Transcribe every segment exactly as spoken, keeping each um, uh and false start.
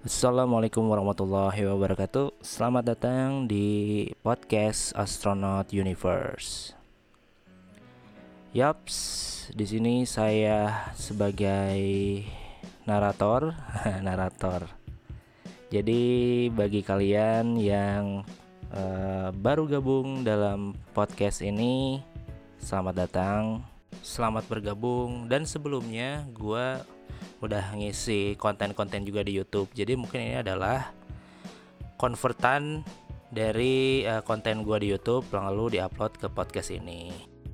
Assalamualaikum warahmatullahi wabarakatuh. Selamat datang di podcast Astronaut Universe. Yaps, di sini saya sebagai narator, narator. Jadi bagi kalian yang uh, baru gabung dalam podcast ini, selamat datang, selamat bergabung. Dan sebelumnya gue udah ngisi konten-konten juga di YouTube. Jadi mungkin ini adalah konvertan dari uh, konten gua di YouTube lalu diupload ke podcast ini.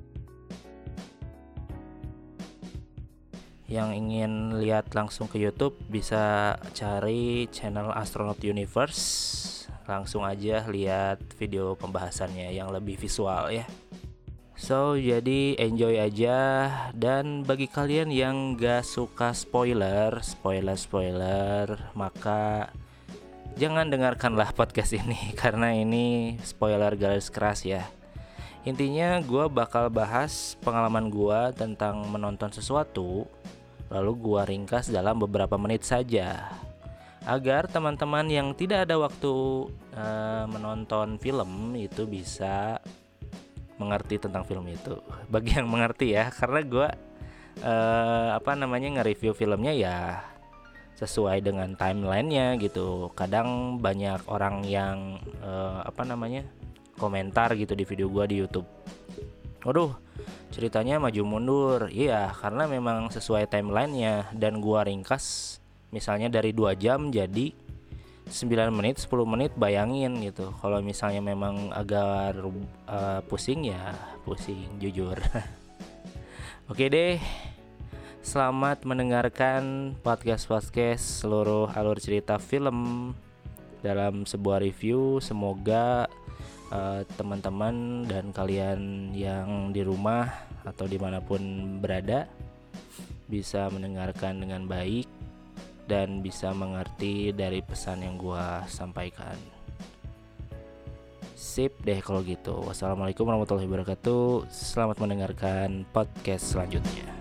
Yang ingin lihat langsung ke YouTube bisa cari channel Astronaut Universe. Langsung aja lihat video pembahasannya yang lebih visual ya. So, jadi enjoy aja. Dan bagi kalian yang gak suka spoiler, spoiler-spoiler, maka jangan dengarkanlah podcast ini karena ini spoiler garis keras ya. Intinya gue bakal bahas pengalaman gue tentang menonton sesuatu, lalu gue ringkas dalam beberapa menit saja, agar teman-teman yang tidak ada waktu uh, menonton film itu bisa mengerti tentang film itu. Bagi yang mengerti ya, karena gue uh, apa namanya nge-review filmnya ya sesuai dengan timelinenya gitu. Kadang banyak orang yang uh, apa namanya komentar gitu di video gue di YouTube. Waduh, ceritanya maju mundur. Iya, karena memang sesuai timelinenya dan gue ringkas. Misalnya dari dua jam jadi sembilan menit, sepuluh menit, bayangin gitu. Kalau misalnya memang agak uh, pusing ya pusing jujur. Oke deh, selamat mendengarkan podcast-podcast seluruh alur cerita film dalam sebuah review. Semoga uh, teman-teman dan kalian yang di rumah atau dimanapun berada bisa mendengarkan dengan baik dan bisa mengerti dari pesan yang gua sampaikan. Sip deh kalau gitu. Wassalamualaikum warahmatullahi wabarakatuh. Selamat mendengarkan podcast selanjutnya.